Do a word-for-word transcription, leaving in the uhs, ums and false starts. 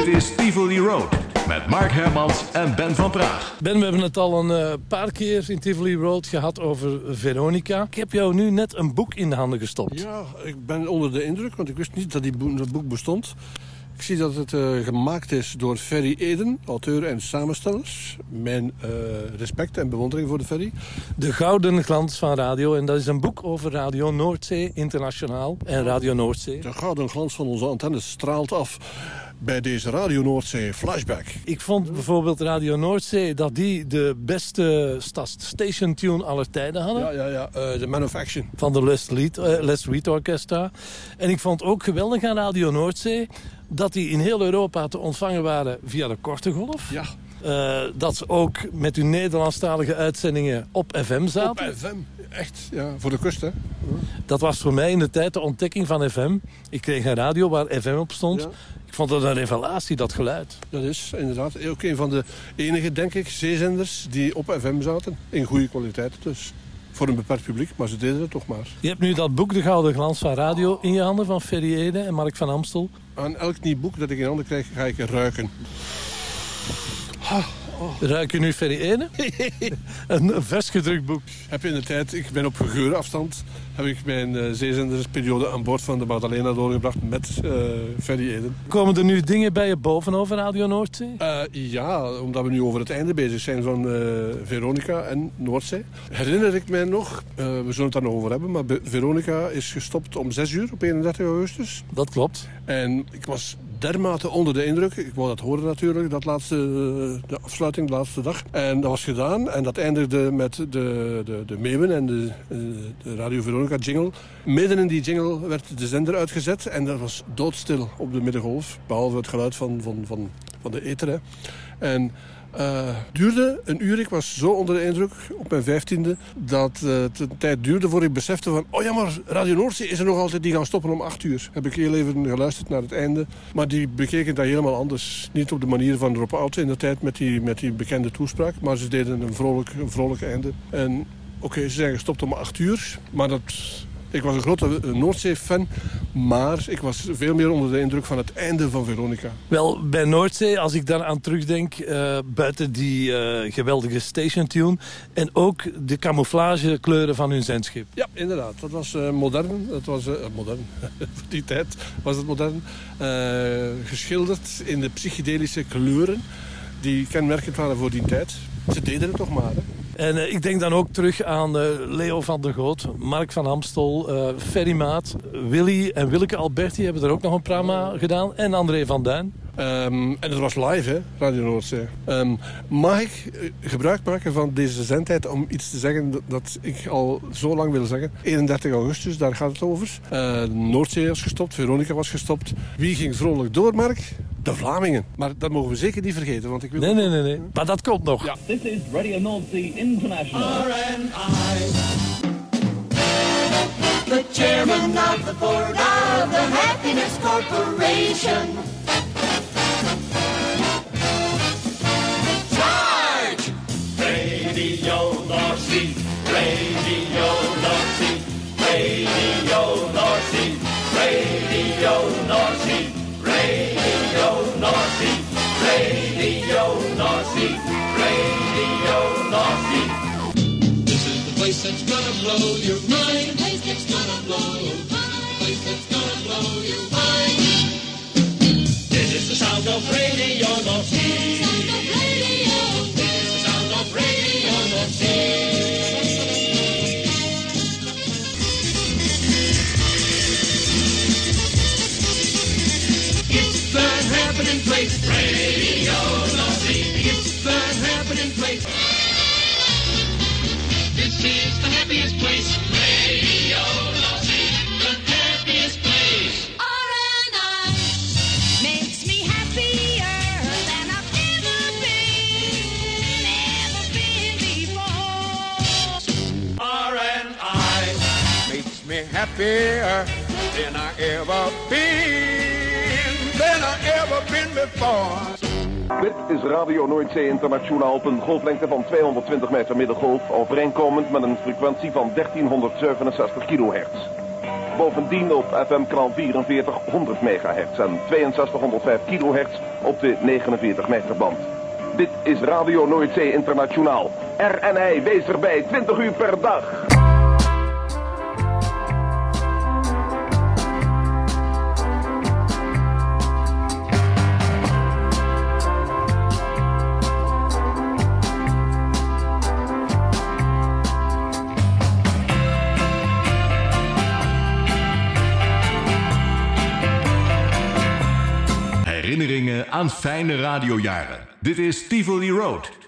Dit is Tivoli Road met Mark Hermans en Ben van Praag. Ben, we hebben het al een uh, paar keer in Tivoli Road gehad over Veronica. Ik heb jou nu net een boek in de handen gestopt. Ja, ik ben onder de indruk, want ik wist niet dat die bo- dat boek bestond. Ik zie dat het uh, gemaakt is door Ferry Eden, auteur en samenstellers. Mijn uh, respect en bewondering voor de Ferry. De Gouden Glans van Radio. En dat is een boek over Radio Noordzee Internationaal en Radio Noordzee. De gouden glans van onze antennes straalt af bij deze Radio Noordzee flashback. Ik vond bijvoorbeeld Radio Noordzee dat die de beste sta- station tune aller tijden hadden. Ja, ja, ja. Uh, de Man of Action. Van de Les Reed, uh, Les Reed Orchestra. En ik vond ook geweldig aan Radio Noordzee dat die in heel Europa te ontvangen waren via de korte golf. Ja. Uh, dat ze ook met hun Nederlandstalige uitzendingen op F M zaten. Op F M, echt, ja, voor de kust, hè. Dat was voor mij in de tijd de ontdekking van F M. Ik kreeg een radio waar F M op stond. Ja. Ik vond dat een revelatie, dat geluid. Dat is inderdaad ook een van de enige, denk ik, zeezenders die op F M zaten. In goede kwaliteit, dus voor een beperkt publiek, maar ze deden het toch maar. Je hebt nu dat boek De Gouden Glans van Radio in je handen van Ferry Eden en Mark van Amstel. Aan elk nieuw boek dat ik in handen krijg, ga ik ruiken. Oh. Ruik je nu Ferry Eden? een, een vers gedrukt boek. Heb je in de tijd, ik ben op geurafstand, heb ik mijn uh, zeezendersperiode aan boord van de Magdalena doorgebracht met uh, Ferry Eden. Komen er nu dingen bij je boven over Radio Noordzee? Uh, ja, omdat we nu over het einde bezig zijn van uh, Veronica en Noordzee. Herinner ik mij nog, uh, we zullen het daar nog over hebben, maar Veronica is gestopt om zes uur op eenendertig augustus. Dat klopt. En ik was dermate onder de indruk. Ik wou dat horen natuurlijk, dat laatste, de afsluiting, de laatste dag. En dat was gedaan. En dat eindigde met de, de, de meeuwen en de, de Radio Veronica jingle. Midden in die jingle werd de zender uitgezet. En dat was doodstil op de middengolf. Behalve het geluid van, van, van, van de ether. Hè. En Uh, duurde een uur. Ik was zo onder de indruk op mijn vijftiende dat uh, het een tijd duurde voor ik besefte van oh ja, maar Radio Noordzee is er nog altijd, die gaan stoppen om acht uur. Heb ik heel even geluisterd naar het einde. Maar die bekeken dat helemaal anders. Niet op de manier van Rob Oud in de tijd met die, met die bekende toespraak. Maar ze deden een vrolijk, een vrolijk einde. En oké, okay, ze zijn gestopt om acht uur. Maar dat... Ik was een grote Noordzee-fan, maar ik was veel meer onder de indruk van het einde van Veronica. Wel, bij Noordzee, als ik daar aan terugdenk, uh, buiten die uh, geweldige station tune en ook de camouflagekleuren van hun zendschip. Ja, inderdaad. Dat was uh, modern. Dat was uh, modern. Voor die tijd was het modern. Uh, geschilderd in de psychedelische kleuren die kenmerkend waren voor die tijd. Ze deden het toch maar, hè. En uh, ik denk dan ook terug aan uh, Leo van der Goot, Mark van Amstel, uh, Ferry Maat, Willy en Willeke Alberti hebben er ook nog een programma gedaan. En André van Duin. Um, en dat was live, hè, Radio Noordzee. Um, mag ik gebruik maken van deze zendtijd om iets te zeggen dat, dat ik al zo lang wil zeggen? eenendertig augustus, daar gaat het over. Uh, Noordzee was gestopt, Veronica was gestopt. Wie ging vrolijk door, Mark? De Vlamingen. Maar dat mogen we zeker niet vergeten, want ik wil... Nee, nee, nee, nee. Maar dat komt nog. Ja. This is Radio Noordzee International. R and I, the chairman of the board of the Happiness Corporation. Charge! Radio Noordzee, Radio Noordzee, Radio Noordzee, Radio Noordzee, Radio Noordzee, Radio Noordzee, Radio Noordzee. This is the place that's gonna blow your mind. The place that's gonna blow your mind. The place that's gonna blow your mind. This is the sound of Radio Noordzee. This is the sound of Radio Noordzee. It's that happening place. Radio Noordzee. It's that happening place. This is the happiest place. Radio Noordzee. The happiest place. R and I makes me happier than I've ever been, ever been before. R and I makes me happier than I ever been, than I ever been before. Dit is Radio Noordzee Internationaal op een golflengte van tweehonderdtwintig meter middengolf, overeenkomend met een frequentie van dertienhonderdzevenenzestig kilohertz. bovendien op F M kanaal vierenveertig honderd megahertz en tweeënzestig honderdvijf kilohertz op de negenenveertig meterband. Dit is Radio Noordzee Internationaal. R en I, wees erbij, twintig uur per dag. Herinneringen aan fijne radiojaren. Dit is Tivoli Road.